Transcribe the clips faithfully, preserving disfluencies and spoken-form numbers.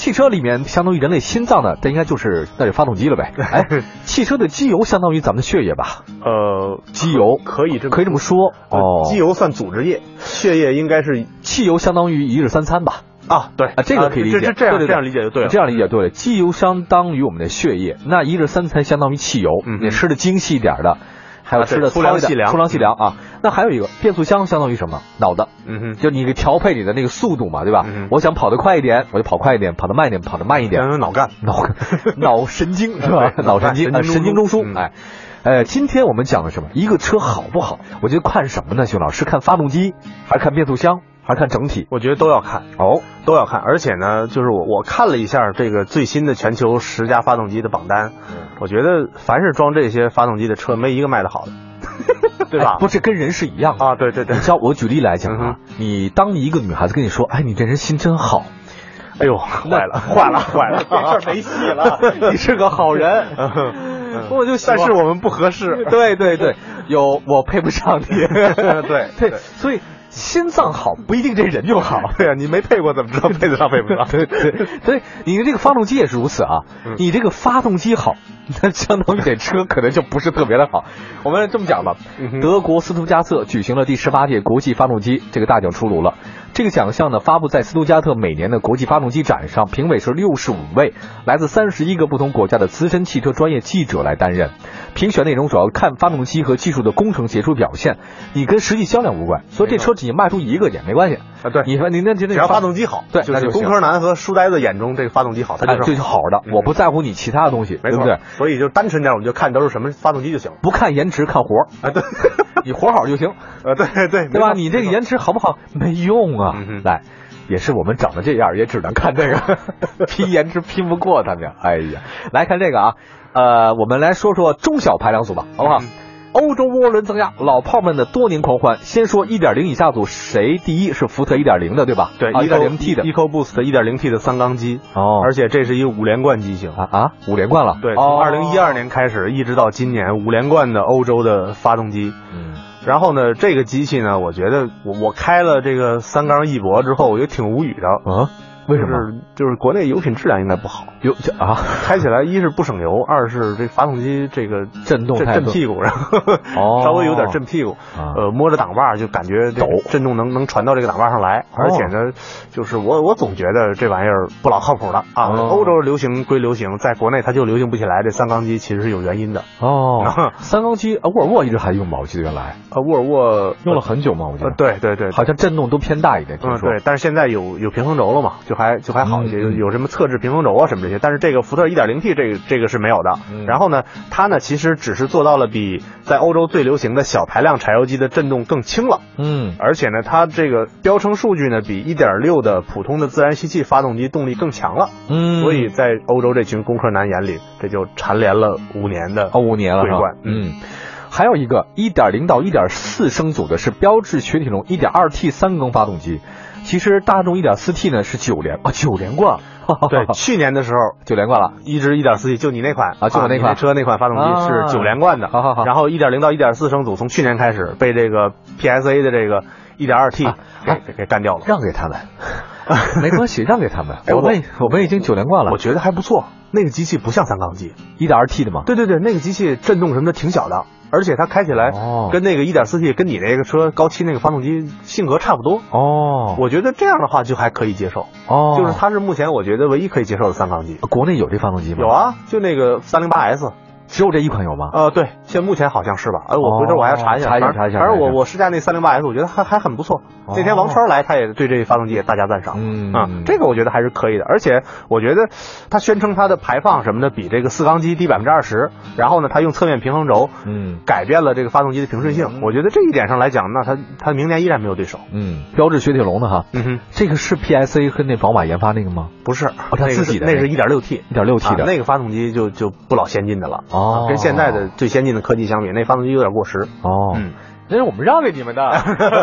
汽车里面相当于人类心脏的，这应该就是那就发动机了呗。哎，汽车的机油相当于咱们的血液吧？ 呃， 机油可以这么可以这么说哦。 机油算组织液，血液应该是汽油相当于一日三餐吧？ 啊，对啊，这个可以理解， 这这样对对对这样理解就对了， 这样理解对了。机油相当于我们的血液，那一日三餐相当于汽油， 嗯， 你吃的精细一点的。还有吃的粗粮细粮， 粗粮细粮啊。那还有一个变速箱相当于什么？脑子， 嗯哼， 就你给调配你的那个速度嘛，对吧？ 嗯、 我想跑得快一点，我就跑快一点；跑得慢一点，跑得慢一点。 脑干， 脑脑神经是吧？脑神经，神经中枢。哎，呃，今天我们讲的什么？一个车好不好？我觉得看什么呢，熊老师？看发动机，还是看变速箱？还是看整体？ 我觉得都要看哦， 都要看。而且呢，就是我我看了一下这个最新的全球十佳发动机的榜单，嗯、我觉得凡是装这些发动机的车，没一个卖得好的。对吧、 哎？不是跟人是一样的啊？对对对。 你像我举例来讲啊，嗯、你当一个女孩子跟你说，哎，你这人心真好， 哎呦，坏了坏了坏了， 这事儿没戏了。你是个好人， 嗯、 我就但是我们不合适。 对对对，有我配不上你。 对对，所以。心脏好不一定这人就好， 对啊，你没配过怎么知道配得上配不上？ 对对对，你的这个发动机也是如此啊，嗯、你这个发动机好，那相当于这车可能就不是特别的好。我们这么讲吧，嗯、德国斯图加特举行了第十八届国际发动机这个大奖出炉了。这个奖项呢发布在斯图加特每年的国际发动机展上，评委是六十五位来自三十一个不同国家的资深汽车专业记者来担任。评选内容主要看发动机和技术的工程杰出表现，你跟实际销量无关，所以这车只卖出一个也没关系啊。对， 你说你那只要发动机好， 对， 就是工科男和书呆子眼中这个发动机好，它就是好、 哎、就是好的。我不在乎你其他的东西， 没错， 对不对？ 所以就单纯点，我们就看都是什么发动机就行了， 不看颜值，看活啊。对， 你活好就行啊。对对对吧？你这个颜值好不好没用啊。 嗯、 来。也是我们长得这样，也只能看这个，拼颜值拼不过他们。哎呀，来看这个啊，呃，我们来说说中小排量组吧，好不好？嗯、欧洲涡轮增压，老炮们的多年狂欢。先说 一点零 以下组，谁第一？是福特 一点零 的，对吧？ 对、 啊、一点零 T 的 EcoBoost 一点零 T 的三缸机哦， 而且这是一个五连冠机型啊啊，五连冠了。 对，从二零一二年开始，一直到今年，五连冠的欧洲的发动机。 嗯。 然后呢，这个机器呢，我觉得我我开了这个三缸翼博之后，我也挺无语的啊。为什么？ 就是就是国内油品质量应该不好， 油啊， 开起来一是不省油，二是这发动机这个震动太震屁股，然后哦稍微有点震屁股， 啊、 呃，摸着挡把就感觉抖，震动能能传到这个挡把上来， 哦、 而且呢，就是我我总觉得这玩意儿不老靠谱的啊。 哦、 欧洲流行归流行，在国内它就流行不起来，这三缸机其实是有原因的哦。三缸机，沃尔沃一直还用吧？我记得原来呃，沃尔沃用了很久嘛，我记得。 呃、对对对， 好像震动都偏大一点，听说。 嗯，对，但是现在有有平衡轴了嘛，就还就还好一些。 嗯有有什么侧置平衡轴啊什么这些，但是这个福特 一点零 T 这个这个是没有的。 嗯、 然后呢，它呢其实只是做到了比在欧洲最流行的小排量柴油机的震动更轻了。 嗯， 而且呢，它这个标称数据呢比 一点六 的普通的自然吸气发动机动力更强了。 嗯， 所以在欧洲这群工科男眼里，这就蝉联了五年的哦五年了桂冠。 嗯。还有一个 一点零 到 一点四 升组的是标致雪铁龙 一点二 T 三缸发动机，其实大众 一点四 T 呢是九连啊九连冠。 对，去年的时候九连冠了， 一直 一点四 T 就你那款啊，就我那款、 啊、车那款发动机是九连冠的。 好好好。 然后 一点零 到 一点四 升组从去年开始被这个 P S A 的这个 一点二 T 给、啊、给干掉了， 让给他们。没关系，让给他们。我们我们已经九连冠了， 我觉得还不错。那个机器不像三缸机一点二 T 的吗？ 对对对，那个机器震动什么的挺小的，而且它开起来跟那个 一点四 T 跟你那个车高七那个发动机性格差不多。 哦， 我觉得这样的话就还可以接受。 哦， 就是它是目前我觉得唯一可以接受的三缸机。 国内有这发动机吗？ 有啊，就那个 三零八 S。 只有这一款有吗？ 呃，对，现在目前好像是吧？哎，我回头我还要查一下， 查一下，查一下。 反正我我试驾那 三零八 S， 我觉得还还很不错。 哦、 那天王川来，他也对这发动机也大加赞赏。 嗯啊、嗯，这个我觉得还是可以的。而且我觉得他宣称他的排放什么的比这个四缸机低百分之二十，然后呢，他用侧面平衡轴， 嗯， 改变了这个发动机的平顺性。嗯、我觉得这一点上来讲，那他他明年依然没有对手。 嗯，标致雪铁龙的哈， 嗯哼， 这个是 P S A 和那宝马研发那个吗？ 不是， 哦，他自己的， 那是 一点六 T， 一点六 T 的、 啊、那个发动机就就不老先进的了。 哦， 跟现在的最先进的科技相比，那发动机有点过时。 哦， 嗯， 那是我们让给你们的，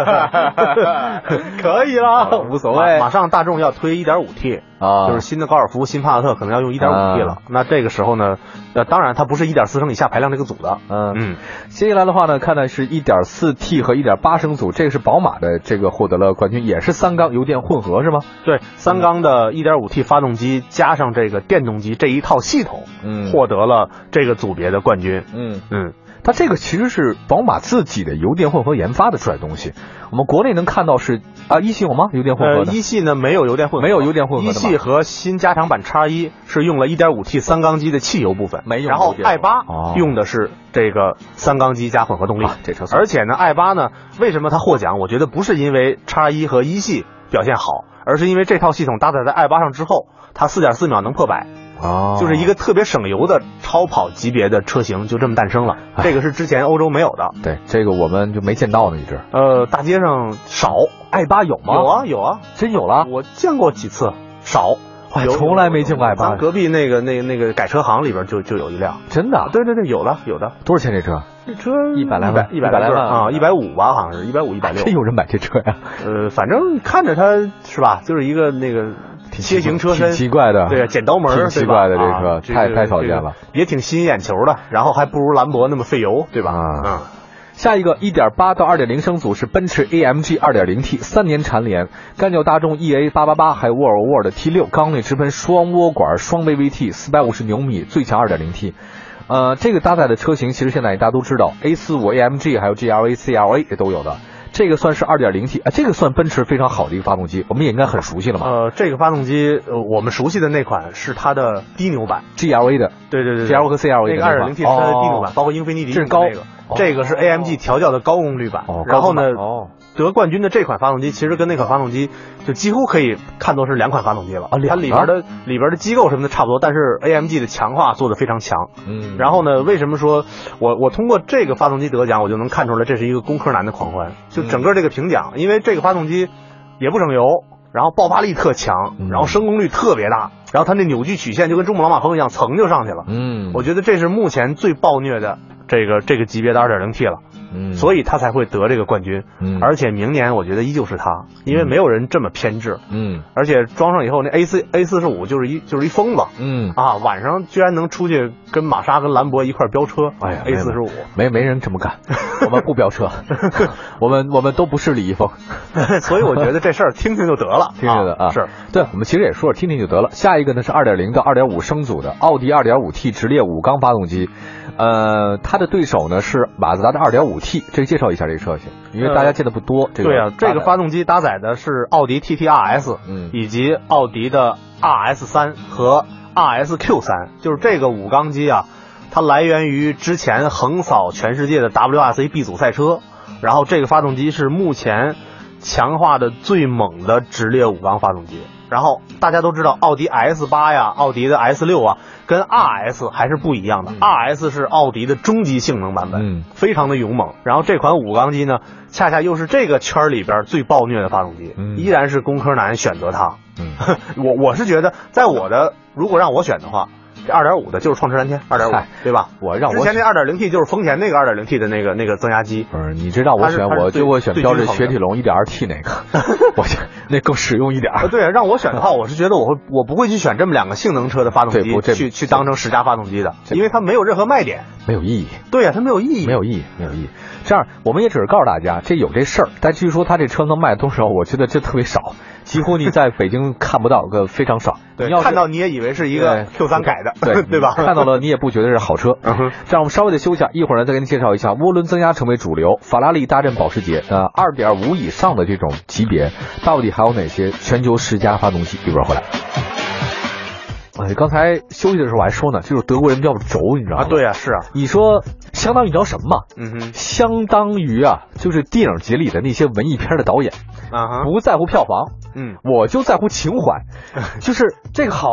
可以了， 无所谓。 马上大众要推 一点五 T 啊， 就是新的高尔夫、新帕萨特可能要用 一点五 T 了。啊、那这个时候呢，那当然它不是一点四升以下排量这个组的。 嗯嗯，接下来的话呢，看的是 一点四 T 和 一点八升组，这个是宝马的，这个获得了冠军，也是三缸油电混合是吗？ 对，三缸的 一点五 T 发动机加上这个电动机这一套系统，嗯，获得了这个组别的冠军。 嗯嗯。它这个其实是宝马自己的油电混合研发的出来的东西，我们国内能看到是啊，一系有吗？油电混合的？ 呃，一系呢没有油电混合， 没有油电混合的。 一系和新加长版 X 一是用了 一点五 T 三缸机的汽油部分， 没用。 然后 i 八用的是这个三缸机加混合动力， 啊、这车。 而且呢 i 八呢，为什么它获奖？我觉得不是因为 X 一和一系表现好，而是因为这套系统搭载在 i 八上之后，它 四点四秒能破百。 哦， 就是一个特别省油的超跑级别的车型就这么诞生了，这个是之前欧洲没有的。 对，这个我们就没见到呢，一直。 呃，大街上少 i 八有吗？ 有啊有啊， 真有了， 我见过几次，少。 我从来没见过 i 八。 咱隔壁那个那个那个改车行里边就就有一辆， 真的？ 对对对，有的有的。 多少钱这车？ 这车一百来万， 一百来万啊，一百五吧，好像是一百五一百六。 真有人买这车呀？ 呃，反正看着它是吧，就是一个那个。楔形车身， 挺奇怪的， 对，剪刀门， 挺奇怪的这车， 啊、 太太讨厌了， 也挺吸引眼球的，然后还不如兰博那么费油，对吧？ 啊，嗯。下一个 一点八 到 二点零 升组是奔驰 A M G 二点零 T 三年蝉联，干掉大众 E A 八八八，还有沃尔沃的 T 六，缸内直喷双涡管双 V V T 四百五十牛米，最强 二点零 T。呃，这个搭载的车型其实现在大家都知道 ，A 四五 A M G 还有 G L A C L A 也都有的。这个算是 二点零 T 啊，这个算奔驰非常好的一个发动机，我们也应该很熟悉了嘛。 呃，这个发动机，呃，我们熟悉的那款是它的低扭版 G L A 的， 对对对 ，G L A 和 C L A 那个 二点零 T 是它的低扭版，包括英菲尼迪这是高， 那个，这个是 A M G 调教的高功率版。 哦， 然后呢， 哦， 得冠军的这款发动机其实跟那款发动机就几乎可以看作是两款发动机了。 啊， 它里边的里边的机构什么的差不多，但是 A M G 的强化做得非常强。 嗯， 然后呢，为什么说我我通过这个发动机得奖，我就能看出来这是一个工科男的狂欢，就整个这个评奖。因为这个发动机也不省油，然后爆发力特强，然后升功率特别大，然后它那扭矩曲线就跟珠穆朗玛峰一样，蹭就上去了。 嗯， 我觉得这是目前最暴虐的这个这个级别的 二点零 T 了。 嗯， 所以他才会得这个冠军。 嗯， 而且明年我觉得依旧是他，因为没有人这么偏执。 嗯， 而且装上以后，那 A 四 A 四十五就是一就是一疯子。 嗯啊，晚上居然能出去跟玛莎跟兰博一块飙车。 哎呀 ，A 四十五没没人这么干，我们不飙车，我们我们都不是李易峰， 所以我觉得这事儿听听就得了， 听听的啊。 是对，我们其实也说听听就得了。下一个呢是 二点零 到 二点五 升组的奥迪 二点五 T 直列五缸发动机，呃，它的对手呢是马自达的 二点五 T， 这个介绍一下这个车型，因为大家见的不多。这个对啊，这个发动机搭载的是奥迪 T T R S， 嗯， 以及奥迪的 R S 三 和 R S Q 三，就是这个五缸机啊，它来源于之前横扫全世界的 W R C B 组赛车，然后这个发动机是目前强化的最猛的直列五缸发动机。然后大家都知道奥迪 S 八 呀，奥迪的 S 六 啊，跟 R S 还是不一样的。 嗯、 R S 是奥迪的终极性能版本， 嗯， 非常的勇猛。然后这款五缸机呢，恰恰又是这个圈里边最暴虐的发动机， 嗯、 依然是工科男选择它。 嗯， 我我是觉得，在我的如果让我选的话，这 二点五 的就是创驰蓝天 二点五， 对吧？ 我让我之前那 二点零 T 就是丰田那个 二点零 T 的那个那个增压机。 不是，你知道我选我就会选标致雪铁龙 一点二 T 那个，我那更实用一点。 对，让我选的话，我是觉得我会我不会去选这么两个性能车的发动机去去当成十佳发动机的，因为它没有任何卖点， 没有意义。 对呀、啊，它没有意义， 没有意义，没有意义。这样，我们也只是告诉大家，这有这事儿，但据说它这车能卖多少，我觉得这特别少。几乎你在北京看不到个非常少， 对， 你要看到你也以为是一个 Q 三改的， 对对吧？ 看到了你也不觉得是好车。 嗯哼， 这样我们稍微的休息下，一会儿呢再给你介绍一下涡轮增压成为主流，法拉利大战保时捷，呃 二点五 以上的这种级别，到底还有哪些全球十佳发动机？一会儿回来。哎，刚才休息的时候我还说呢，就是德国人比较轴，你知道吗？ 啊，对啊，是啊。 你说相当于你知道什么吗？ 嗯哼， 相当于啊，就是电影节里的那些文艺片的导演， 啊哈， 不在乎票房， 嗯， 我就在乎情怀，就是这个好啊。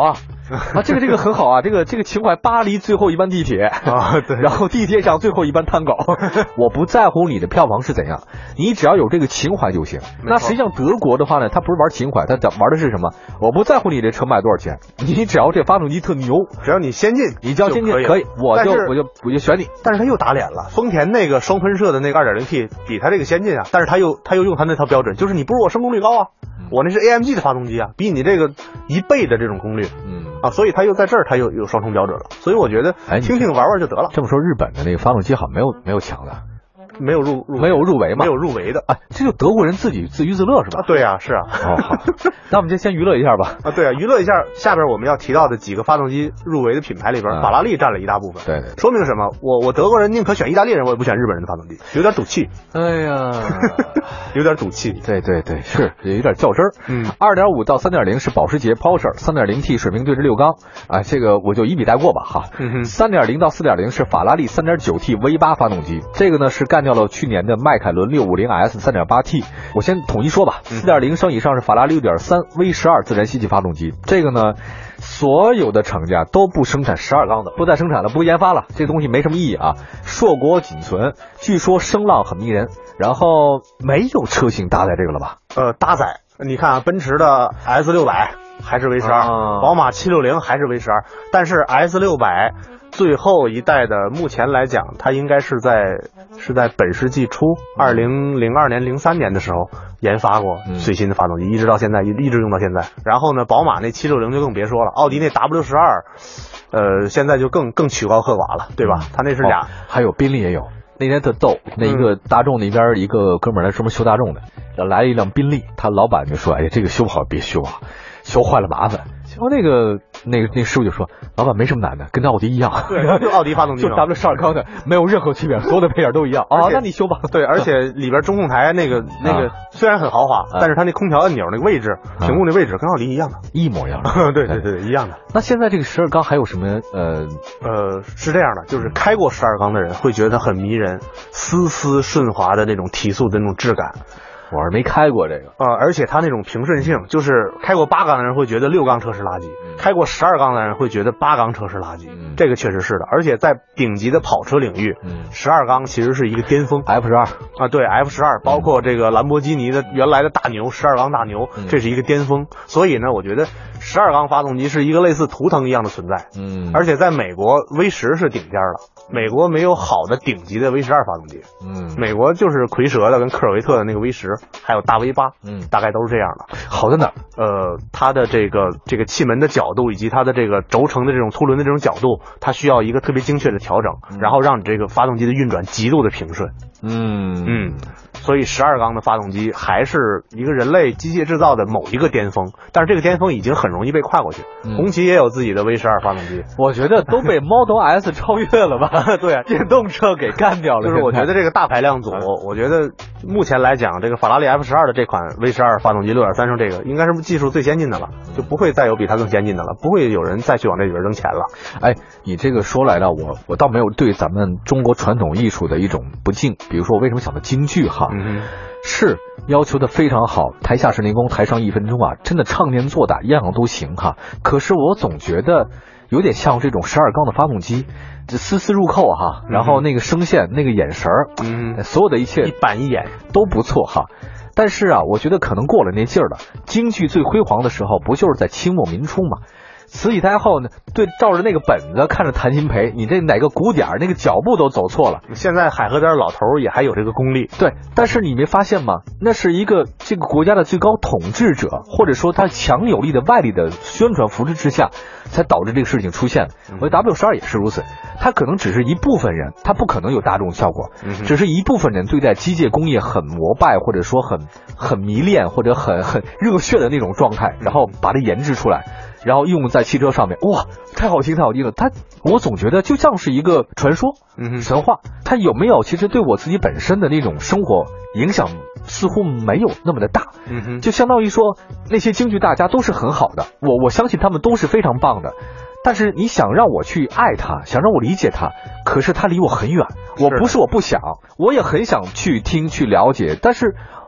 啊，这个这个很好啊，这个这个情怀，巴黎最后一班地铁啊，对， 然后地铁上最后一班探狗，我不在乎你的票房是怎样，你只要有这个情怀就行。那实际上德国的话呢，他不是玩情怀，他玩的是什么？我不在乎你这车卖多少钱，你只要这发动机特牛， 只要你先进， 你只要先进可以，我就我就我就选你。 但是他又打脸了，丰田那个双喷射的那个 二点零 T 比他这个先进啊，但是他又他又用他那套标准，就是你不如我升功率高啊，我那是 A M G 的发动机啊，比你这个一倍的这种功率，嗯啊，所以他又在这儿他又有双重标准了，所以我觉得听听玩玩就得了。 这么说，日本的那个发动机好像没有没有强的。 没有入入没有入围嘛？ 没有入围的啊，这就德国人自己自娱自乐是吧？ 啊，对啊，是啊。 哦，好，那我们就先娱乐一下吧。 啊，对啊，娱乐一下。下边我们要提到的几个发动机入围的品牌里边，嗯、法拉利占了一大部分。 对, 对对， 说明什么？我我德国人宁可选意大利人，我也不选日本人的发动机，有点赌气。 哎呀， 有点赌气。 对对对，是有点较真儿。 嗯， 二点五到三点零是保时捷 Porsche， 三点零 T 水平对置六缸。啊，这个我就一笔带过吧哈。 嗯哼。 三点零到四点零是法拉利三点九 T V 八发动机，这个呢是干掉了去年的迈凯伦六五零 S 三点八 T。我先统一说吧， 四点零升以上是法拉利六点三 V 十二自然吸气发动机。这个呢，所有的厂家都不生产十二缸的，不再生产了，不研发了，这东西没什么意义啊，硕果仅存。据说声浪很迷人，然后没有车型搭载这个了吧？ 呃，搭载，你看啊，奔驰的 S 六百还是 V 十二，啊，宝马七六零还是 V 十二，但是 S 六百最后一代的目前来讲，它应该是在是在本世纪初二零零二年零三年的时候研发过最新的发动机，嗯，一直到现在一一直用到现在。然后呢，宝马那七六零就更别说了，奥迪那 W 十二，呃，现在就更更曲高和寡了，对吧？它那是俩，哦， 还有宾利也有。那天特逗，那一个大众那边一个哥们儿来专门修大众的，来了一辆宾利，他老板就说：“哎呀，这个修不好别修啊，修坏了麻烦。”然后那个那个那师傅就说：“老板没什么难的，跟奥迪一样， 对，就奥迪发动机， 就 W 十二缸的，没有任何区别，所有的配件都一样。哦，那你修吧。 对，而且里边中控台那个那个虽然很豪华，啊，但是它那空调按钮那个位置，屏幕那位置跟奥迪一样的， 一模一样的。 对对对，一样的。 那现在这个十二缸还有什么？呃呃，是这样的，就是开过十二缸的人会觉得它很迷人，丝丝顺滑的那种提速的那种质感。 我是没开过这个啊，呃，而且它那种平顺性，就是开过八缸的人会觉得六缸车是垃圾，嗯，开过十二缸的人会觉得八缸车是垃圾，嗯，这个确实是的。而且在顶级的跑车领域，嗯，十二缸其实是一个巅峰 ，F 十二啊，对 F 十二，包括这个兰博基尼的原来的大牛十二缸大牛，嗯，这是一个巅峰。所以呢，我觉得十二缸发动机是一个类似图腾一样的存在，嗯，而且在美国 V 十是顶尖了，美国没有好的顶级的 V 十二发动机，嗯，美国就是蝰蛇的跟科尔维特的那个 V 十。还有大 V 八，嗯，大概都是这样的。 好在哪儿？ 呃，它的这个这个气门的角度以及它的这个轴承的这种凸轮的这种角度，它需要一个特别精确的调整，嗯，然后让你这个发动机的运转极度的平顺。嗯嗯，所以十二缸的发动机还是一个人类机械制造的某一个巅峰，但是这个巅峰已经很容易被跨过去。嗯，红旗也有自己的 V 十二发动机， 我觉得都被 Model S 超越了吧？ 对啊， 电动车给干掉了。 就是我觉得这个大排量组，我觉得目前来讲，这个法拉利 F 十二的这款 V 十二发动机六点三升这个应该是技术最先进的了，就不会再有比它更先进的了，不会有人再去往这里边扔钱了。 哎，你这个说来了，我我倒没有对咱们中国传统艺术的一种不敬，比如说我为什么想到京剧哈，嗯，是要求的非常好，台下十年功，台上一分钟啊，真的唱念做打样样都行哈。可是我总觉得有点像这种十二缸的发动机，这丝丝入扣哈，然后那个声线，那个眼神儿，嗯，所有的一切一板一眼都不错哈。但是啊，我觉得可能过了那劲儿了。京剧最辉煌的时候，不就是在清末民初吗？慈禧太后呢，对照着那个本子看着谭鑫培，你这哪个鼓点那个脚步都走错了。 现在海河边老头也还有这个功力， 对，但是你没发现吗？那是一个这个国家的最高统治者，或者说他强有力的外力的宣传扶持之下，才导致这个事情出现的。我觉得 W 十二也是如此，它可能只是一部分人，它不可能有大众效果，只是一部分人对待机械工业很膜拜，或者说很很迷恋，或者很很热血的那种状态，然后把它研制出来。然后用在汽车上面，哇，太好听太好听了。它，我总觉得就像是一个传说、嗯、神话。它有没有其实对我自己本身的那种生活影响，似乎没有那么的大。嗯哼，就相当于说那些京剧大家都是很好的，我我相信他们都是非常棒的。但是你想让我去爱他，想让我理解他，可是他离我很远。我不是我不想，我也很想去听去了解，但是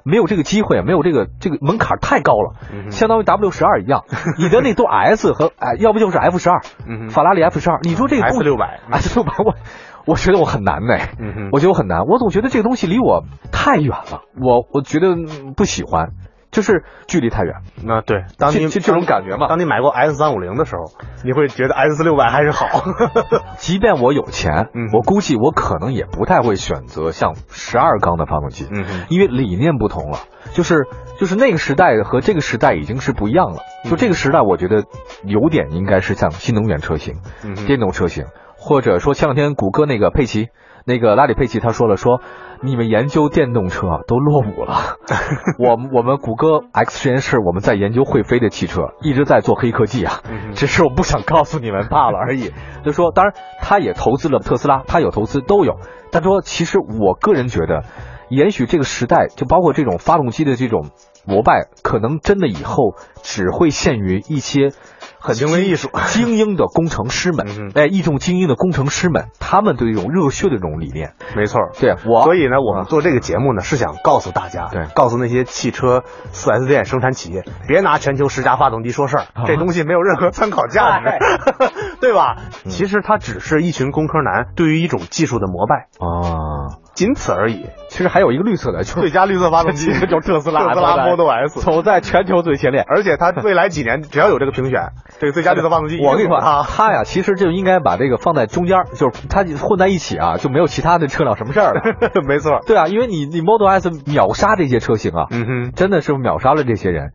没有这个机会，没有这个这个门槛太高了， 嗯、 相当于 W 十二一样，你的那都 S 和哎，要不就是 F 十二， 嗯， 法拉利 F 十二，你说这个 S 六百 S 六百我。我觉得我很难呢、哎嗯， 我觉得我很难，我总觉得这个东西离我太远了，我我觉得不喜欢，就是距离太远。 那对，当你这这种感觉嘛， 当你买过 S 三五零的时候，你会觉得 S 六百还是好。 即便我有钱， 嗯， 我估计我可能也不太会选择像十二缸的发动机， 嗯， 因为理念不同了，就是就是那个时代和这个时代已经是不一样了。就这个时代，我觉得有点应该是像新能源车型、 嗯、 电动车型。或者说前两天谷歌那个佩奇，那个拉里佩奇他说了说，你们研究电动车都落伍了。我我们谷歌 X 实验室我们在研究会飞的汽车，一直在做黑科技啊，只是我不想告诉你们罢了而已。就说当然他也投资了特斯拉，他有投资都有，但说其实我个人觉得，也许这个时代就包括这种发动机的这种膜拜，可能真的以后只会限于一些很行为艺术精英的工程师们， 嗯、 哎，一众精英的工程师们，他们对这种热血的这种理念， 没错， 对我， 所以呢，我们做这个节目呢，是想告诉大家， 对， 告诉那些汽车 四 S 店生产企业，别拿全球十佳发动机说事儿，啊、这东西没有任何参考价值，对吧？嗯、其实它只是一群工科男对于一种技术的膜拜啊。 仅此而已。 其实还有一个绿色的，就是最佳绿色发动机， 就是特斯拉， 特斯拉 Model S， 走在全球最前列。 而且它未来几年只要有这个评选，这个最佳绿色发动机， 我跟你说，它它呀，其实就应该把这个放在中间，就是它混在一起啊，就没有其他的车辆什么事儿了。 没错， 对啊，因为你你 Model S 秒杀这些车型啊， 嗯哼， 真的是秒杀了这些人。